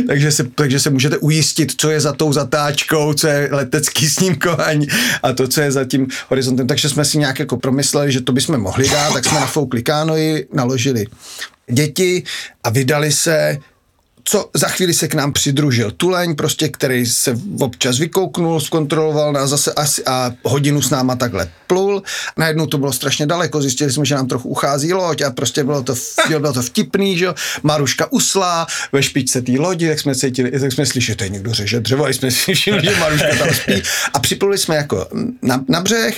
takže se můžete ujistit, co je za tou zatáčkou, co je letecký snímkování a to, co je za tím horizontem. Takže jsme si nějak jako promysleli, že to bychom mohli dát, tak jsme nafoukli kánoji, naložili děti a vydali se. Co za chvíli se k nám přidružil tuleň, prostě, který se občas vykouknul, zkontroloval nás zase asi a hodinu s náma takhle plul. Najednou to bylo strašně daleko, zjistili jsme, že nám trochu uchází loď a prostě bylo to vtipný, že jo. Maruška usla ve špičce té lodi, tak jsme slyšeli, že to je někdo řeže dřevo, a jsme slyšeli, že Maruška tam spí a připluli jsme jako na břeh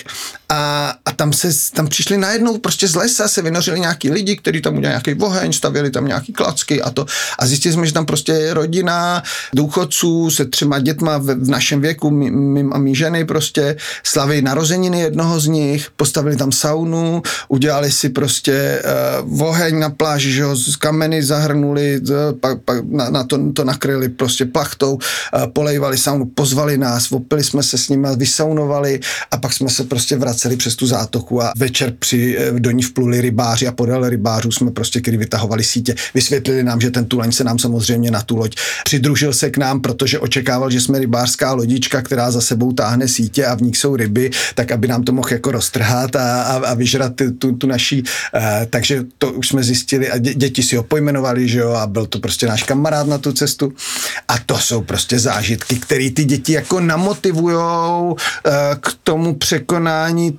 a tam přišli najednou prostě z lesa, se vynořili nějaký lidi, kteří tam udělali nějaký oheň, stavěli tam nějaký klacky a zjistili jsme, že tam prostě je rodina důchodců se 3 dětma v našem věku, mým a mý ženy prostě slaví narozeniny jednoho z nich, postavili tam saunu, udělali si prostě oheň na pláži, že ho z kameny zahrnuli, pak na to nakryli prostě plachtou, polejvali saunu, pozvali nás, opili jsme se s nimi, vysaunovali a pak jsme se prostě vraceli přes tu zátoku a večer do ní vpluli rybáři a podél rybářů jsme prostě, který vytahovali sítě, vysvětlili nám, že ten tuleň se nám samozřejmě na tu loď přidružil se k nám, protože očekával, že jsme rybářská lodička, která za sebou táhne sítě a v nich jsou ryby, tak aby nám to mohl jako roztrhat a vyžrat tu naší, takže to už jsme zjistili a děti si ho pojmenovali, že jo, a byl to prostě náš kamarád na tu cestu a to jsou prostě zážitky, které ty děti jako namotivujou k tomu překonání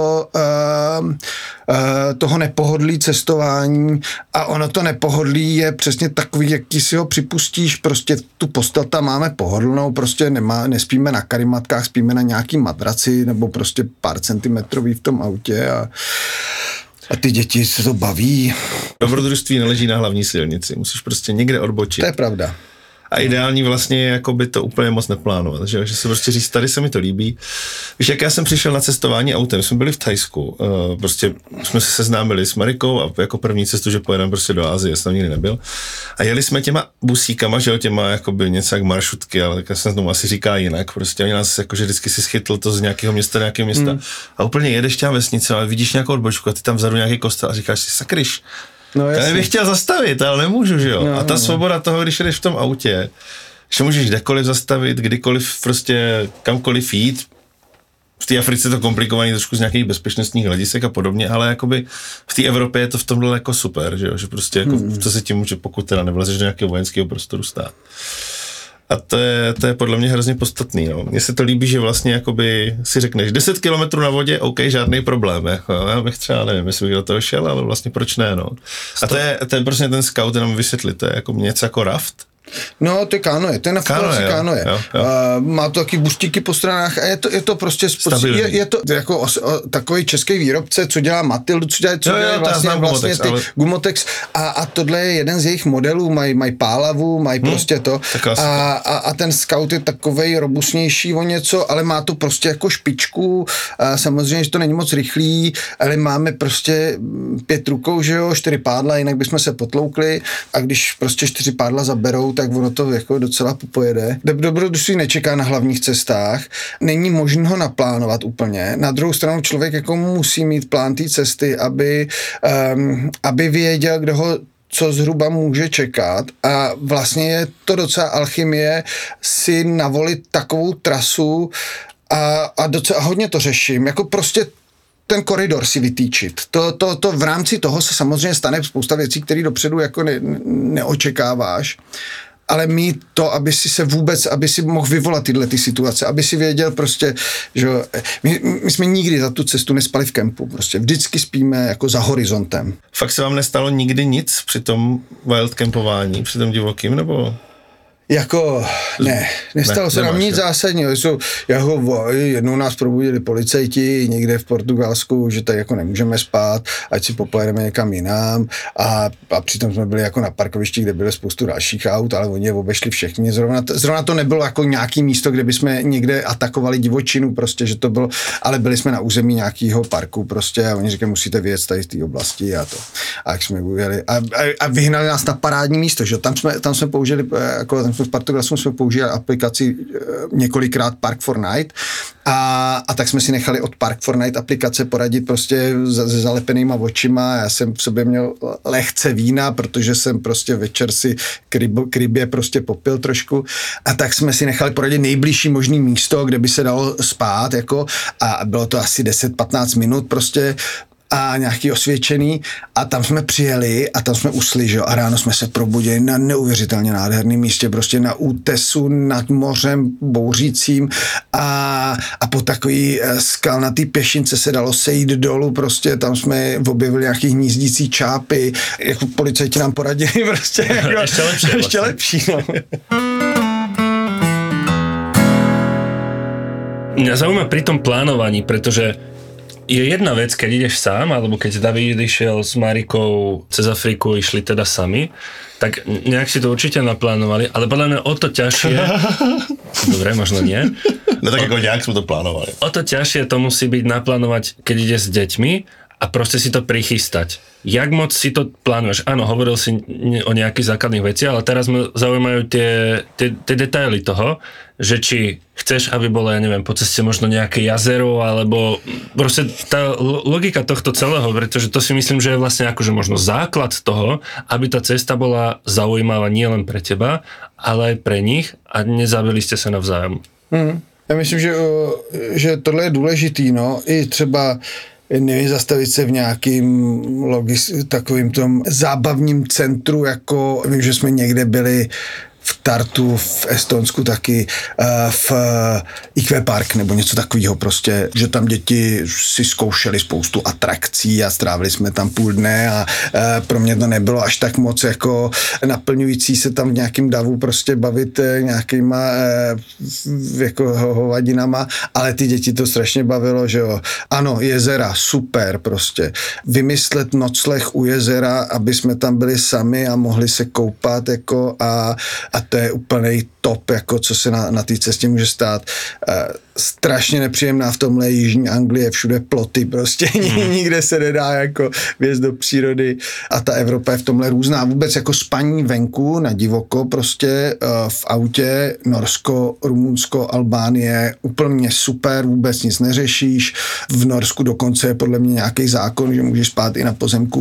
toho nepohodlí cestování a ono to nepohodlí je přesně takový, jaký si ho připustíš, prostě tu postel tam máme pohodlnou, prostě nespíme na karimatkách, spíme na nějaký madraci nebo prostě pár centimetrový v tom autě a ty děti se to baví. Dobrodružství neleží na hlavní silnici, musíš prostě někde odbočit. To je pravda. A ideální vlastně je jakoby to úplně moc neplánovat, že se prostě říct, tady se mi to líbí. Víš, jak já jsem přišel na cestování autem, jsme byli v Thajsku, prostě jsme se seznámili s Marikou a jako první cestu, že pojedeme prostě do Asie, jsem tam nikdy nebyl. A jeli jsme těma busíkama, že jo, těma jakoby něco jak maršrutky, ale tak se tomu asi říká jinak, prostě oni nás jakože vždycky si schytl to z nějakého města do nějakého města. A úplně jedeš těma vesnice, ale vidíš nějakou odbočku a ty tam vzadu nějaký kostel a říkáš si, sakryš. No, já bych chtěl zastavit, ale nemůžu, že jo. No, a ta svoboda toho, když jdeš v tom autě, že můžeš kdekoliv zastavit, kdykoliv prostě kamkoliv jít. V té Africe je to komplikovaný trošku z nějakých bezpečnostních hledisek a podobně, ale jakoby v té Evropě je to v tomhle jako super, že jo, že prostě jako co se tím může, pokud teda nevlezeš do nějakého vojenského prostoru stát. A to je podle mě hrozně podstatný, no. Mně se to líbí, že vlastně jakoby si řekneš 10 kilometrů na vodě, OK, žádný problém, jako, já bych třeba, nevím, jestli bych do toho šel, ale vlastně proč ne, no. A to je prostě ten scout jenom vysvětlit, to je jako něco jako raft. No, to je kánoe, to je na fotbalaci kánoe. Má to taky buštíky po stranách a je to prostě je to jako takový český výrobce, co dělá Matildu, co dělá vlastně ty Gumotex a tohle je jeden z jejich modelů, mají pálavu, mají prostě to a ten Scout je takovej robustnější o něco, ale má to prostě jako špičku, samozřejmě, že to není moc rychlý, ale máme prostě 5 rukou, že jo, 4 pádla, jinak bychom se potloukli a když prostě 4 pádla zaberou, tak ono to jako docela popojede. Dobrodružství nečeká na hlavních cestách, není možné ho naplánovat úplně. Na druhou stranu člověk jako musí mít plán té cesty, aby věděl, kdo ho co zhruba může čekat a vlastně je to docela alchymie si navolit takovou trasu a docela hodně to řeším, jako prostě ten koridor si vytýčit. To v rámci toho se samozřejmě stane spousta věcí, které dopředu jako neočekáváš, ale mít to, aby si mohl vyvolat tyhle ty situace, aby si věděl prostě, že my jsme nikdy za tu cestu nespali v kempu, prostě vždycky spíme jako za horizontem. Fakt se vám nestalo nikdy nic při tom wild campování, při tom divokým, nebo... Jako, nestalo se nám nic zásadního. Jednou nás probudili policajti někde v Portugalsku, že tady jako nemůžeme spát, ať si popojedeme někam jinam a přitom jsme byli jako na parkovišti, kde bylo spoustu dalších aut, ale oni je obešli všechny. Zrovna to nebylo jako nějaký místo, kde bychom někde atakovali divočinu, prostě, že to bylo, ale byli jsme na území nějakého parku prostě a oni říkají, musíte vyjet tady z té oblasti a to. A jak jsme ujeli a vyhnali nás na parádní místo, že tam jsme použili jako v Portugalsku jsme použili aplikaci několikrát Park4Night a tak jsme si nechali od Park4Night aplikace poradit prostě se zalepenýma očima. Já jsem v sobě měl lehce vína, protože jsem prostě večer si k rybě prostě popil trošku a tak jsme si nechali poradit nejbližší možný místo, kde by se dalo spát jako a bylo to asi 10-15 minut prostě a nějaký osvědčený a tam jsme přijeli a tam jsme usli, že? A ráno jsme se probudili na neuvěřitelně nádherném místě, prostě na útesu nad mořem bouřícím a po takový skalnatý pěšince se dalo sejít dolů, prostě tam jsme objevili nějaký hnízdící čápy, jako policajti nám poradili prostě jako, ještě lepší no. Mňa zaujíma pri tom plánovaní, pretože je jedna vec, keď ideš sám, alebo keď David išiel s Marikou cez Afriku, išli teda sami, tak nejak si to určite naplánovali, ale podľa mňa o to ťažšie, dobre, možno nie. No tak ako nejak sme to plánovali. O to ťažšie to musí byť naplánovať, keď ide s deťmi a proste si to prichystať. Jak moc si to plánuješ? Áno, hovoril si o nejakých základných veciach, ale teraz ma zaujímajú tie detaily toho, že či chceš, aby bolo, ja neviem, po ceste možno nejaké jazero, alebo proste tá logika tohto celého, pretože to si myslím, že je vlastne akože možno základ toho, aby tá cesta bola zaujímavá nielen pre teba, ale aj pre nich a nezabili ste sa navzájom. Já myslím, že tohle je důležitý, no, i třeba nezastavit se v nějakým takovým tom zábavním centru, jako vím, že jsme někde byli v Tartu, v Estonsku taky, v IQ Park nebo něco takového prostě, že tam děti si zkoušeli spoustu atrakcí a strávili jsme tam půl dne a pro mě to nebylo až tak moc jako naplňující se tam v nějakým davu prostě bavit nějakýma jako hovadinama, ale ty děti to strašně bavilo, že jo. Ano, jezera, super prostě. Vymyslet nocleh u jezera, aby jsme tam byli sami a mohli se koupat jako a to je úplný top, jako co se na té cestě může stát. Strašně nepříjemná v tomhle jižní Anglie, všude ploty, prostě nikde se nedá jako vjezd do přírody a ta Evropa je v tomhle různá. Vůbec jako spaní venku na divoko, prostě v autě, Norsko, Rumunsko, Albánie, úplně super, vůbec nic neřešíš. V Norsku dokonce je podle mě nějaký zákon, že můžeš spát i na pozemku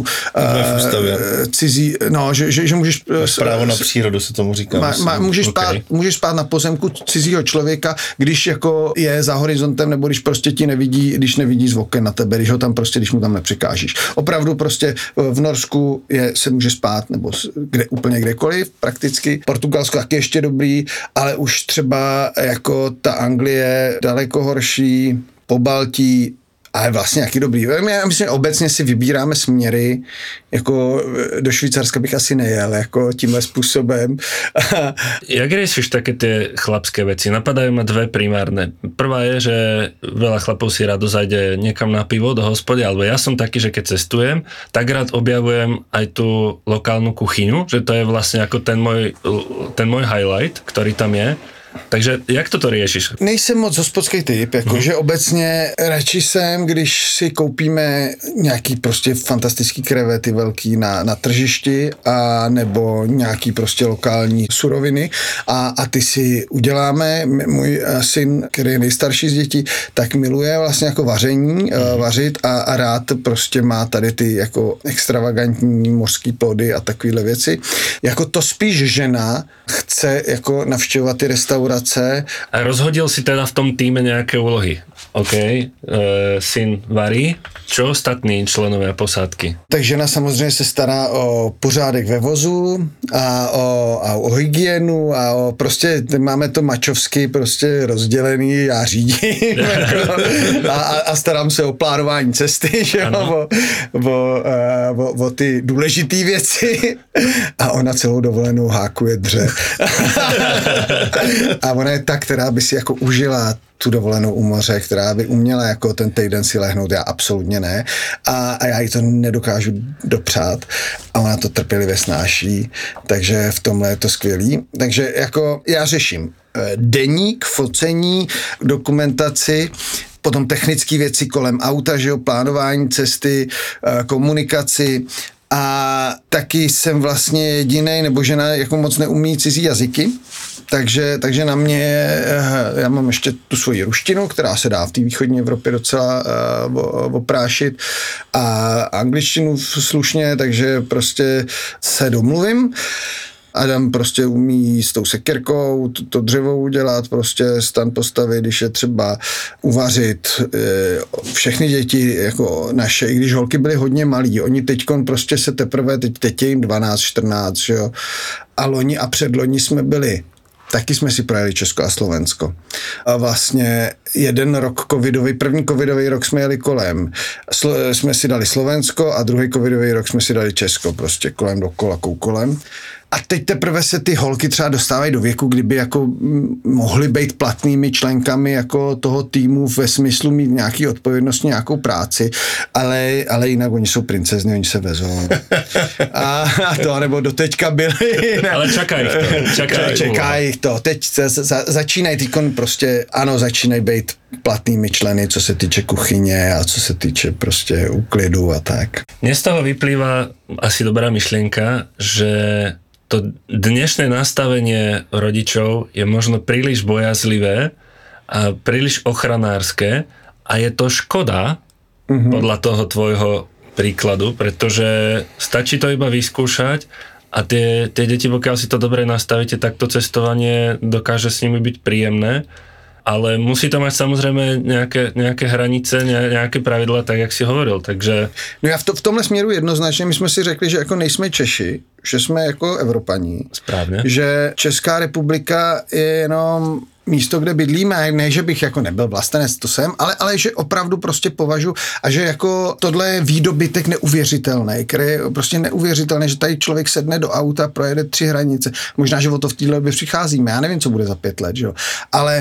cizí, no, že můžeš... Právo na přírodu se tomu říká. Můžeš spát na pozemku cizího člověka, když jako je za horizontem, nebo když prostě ti nevidí, když nevidí z oken na tebe, když mu tam nepřekážíš. Opravdu prostě v Norsku se může spát, nebo úplně kdekoliv prakticky. Portugalsko taky ještě dobrý, ale už třeba jako ta Anglie daleko horší, Pobaltí, ale vlastně jaký dobrý. Já myslím, že obecně si vybíráme směry, jako do Švýcarska bych asi nejel, jako tímhle způsobem. Jak riešiš také tie chlapské veci? Napadajú ma dve primárne. Prvá je, že veľa chlapov si rado zajde niekam na pivo do hospody, alebo ja som taký, že keď cestujem, tak rád objavujem aj tú lokálnu kuchyňu, že to je vlastne ako ten môj highlight, ktorý tam je. Takže jak toto riešiš? Nejsem moc hospodský typ, jakože obecně radši jsem, když si koupíme nějaký prostě fantastický krevety velký na tržišti a nebo nějaký prostě lokální suroviny a ty si uděláme. Můj syn, který je nejstarší z dětí, tak miluje vlastně jako vaření, vařit a rád prostě má tady ty jako extravagantní mořský plody a takovéhle věci. Jako to spíš žena chce jako navštěvovat ty restaurace. A rozhodil si teda v tom týme nejaké úlohy? OK, syn varí. Čo ostatní členovia posádky? Tak žena samozřejmě se stará o pořádek ve vozu a o hygienu a o prostě máme to mačovsky prostě rozdělený, já řídím a starám se o plánování cesty, že jo, o ty důležitý věci a ona celou dovolenou hákuje dře. A ona je ta, která by si jako užila tu dovolenou u moře, která by uměla jako ten týden si lehnout, já absolutně ne. A já jí to nedokážu dopřát a ona to trpělivě snáší, takže v tomhle je to skvělý. Takže jako já řeším deník, focení, dokumentaci, potom technické věci kolem auta, že jo, plánování cesty, komunikaci a taky jsem vlastně jedinej, nebo žena jako moc neumí cizí jazyky, takže na mě, já mám ještě tu svoji ruštinu, která se dá v té východní Evropě docela oprášit a angličtinu slušně, takže prostě se domluvím. Adam prostě umí s tou sekerkou to dřevo udělat, prostě stan postavit, když je třeba uvařit. Všechny děti jako naše, i když holky byly hodně malí, oni teďkon prostě se teprve, teď je jim 12, 14, že jo. A loni a předloni jsme byli. Taky jsme si projeli Česko a Slovensko. A vlastně jeden rok covidový, první covidový rok jsme jeli kolem. Jsme si dali Slovensko a druhý covidový rok jsme si dali Česko, prostě kolem dokola, koukolem. A teď teprve se ty holky třeba dostávají do věku, kdyby jako mohly být platnými členkami jako toho týmu ve smyslu mít nějaký odpovědnost, nějakou práci, ale jinak oni jsou princezny, oni se vezou. A to, nebo doteďka byli. Ne. Ale čekají to. Teď začínají týkon prostě, ano, začínají být platnými členy, co se týče kuchyně a co se týče prostě úklidu a tak. Mne z toho vyplýva asi dobrá myšlienka, že to dnešné nastavenie rodičov je možno príliš bojazlivé a príliš ochranárske a je to škoda podľa toho tvojho príkladu, pretože stačí to iba vyskúšať a tie deti, pokiaľ si to dobre nastavíte, tak to cestovanie dokáže s nimi byť príjemné. Ale musí to mať samozrejme nejaké hranice, nejaké pravidla, tak jak si hovoril, takže... No já v tomhle směru jednoznačně, my jsme si řekli, že jako nejsme Češi, že jsme jako Evropaní. Správně. Že Česká republika je jenom místo, kde bydlíme, ne, že bych jako nebyl vlastenec, to jsem, ale že opravdu prostě považuji a že jako tohle je výdobytek neuvěřitelný, který je prostě neuvěřitelný, že tady člověk sedne do auta, projede 3 hranice, možná, že o to v téhle době přicházíme, já nevím, co bude za 5 let, že jo, ale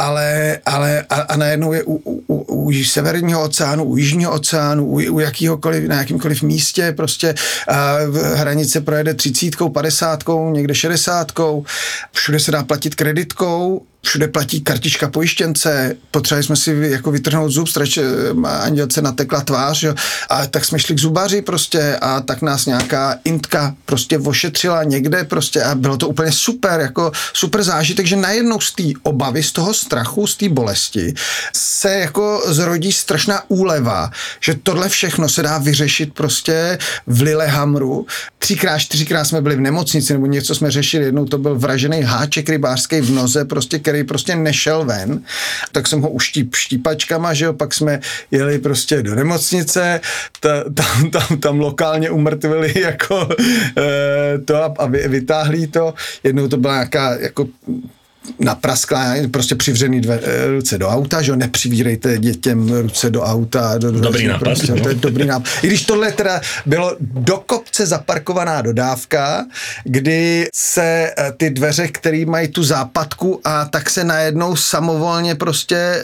najednou je u severního oceánu, u jižního oceánu, u jakýhokoliv, na jakýmkoliv místě prostě hranice projede jede 30, 50, někde 60, všude se dá platit kreditkou, všude platí kartička pojištěnce, potřebovali jsme si jako vytrhnout zub, Andělce natekla tvář, jo, a tak jsme šli k zubaři prostě a tak nás nějaká intka prostě ošetřila někde prostě a bylo to úplně super, jako super zážitek, že najednou z té obavy, z toho strachu, z té bolesti se jako zrodí strašná úleva, že tohle všechno se dá vyřešit prostě v Lillehammeru. 3x, 4x jsme byli v nemocnici nebo něco jsme řešili, jednou to byl vražený háček rybářský v noze, prostě, který prostě nešel ven, tak jsem ho štípačkama, že jo, pak jsme jeli prostě do nemocnice, tam lokálně umrtvili jako to a vytáhli to, jednou to byla nějaká jako naprasklá, prostě přivřený ruce do auta, že jo, nepřivírejte dětem ruce do auta. Dobrý nápad. Prostě, to je dobrý nápad. I když tohle teda bylo do kopce zaparkovaná dodávka, kdy se ty dveře, které mají tu západku a tak se najednou samovolně prostě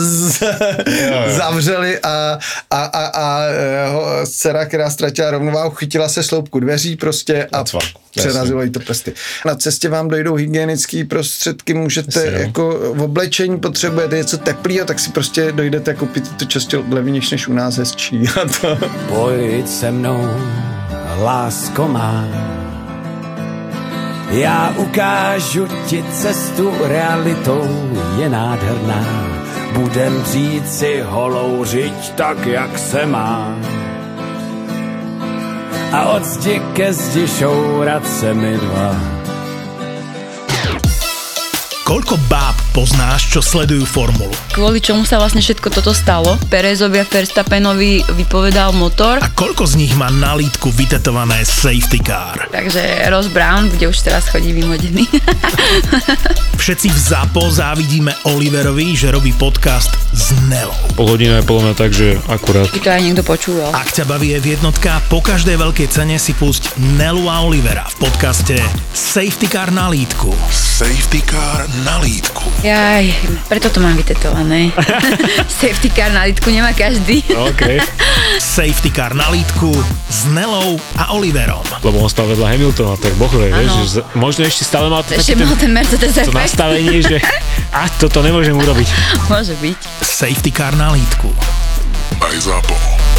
zavřely a dcera, která ztratila rovnováhu, chytila se sloupku dveří prostě a přerazilo jí to prsty. Na cestě vám dojdou hygienické prostředky, můžete jako v oblečení potřebujete něco teplého, tak si prostě dojdete a koupíte to často levnější než u nás hezčí. A to. Pojď se mnou, lásko má, já ukážu ti cestu, realitou je nádherná. Budem žít si holou řiď tak, jak se má. A od zdi ke zdi šourat se mi dva. Koľko báb poznáš, čo sledujú formulu? Kvôli čomu sa vlastne všetko toto stalo? Perezovi a Verstappenovi vypovedal motor. A koľko z nich má na lítku vytetované safety car? Takže Ross Brown, kde už teraz chodí vymodený. Všetci v ZAPO závidíme Oliverovi, že robí podcast s Nelou. Pol hodina je podľa mňa tak, že akurát. By to aj niekto počúval. Ak ťa baví jednotka, po každej veľkej cene si pusť Nelu a Olivera v podcaste Safety Car na lítku. Safety Car na lítku. Jaj, preto to mám vytetované. Safety car na lítku nemá každý. OK. Safety Car na lítku s Nelou a Oliverom. Lebo on stal vedľa Hamiltona, tak boh vie, vieš, že možno ešte stále mal ten Mercedes to nastavenie, že toto nemôžem urobiť. Môže byť. Safety Car na lítku. Aj ZAPO.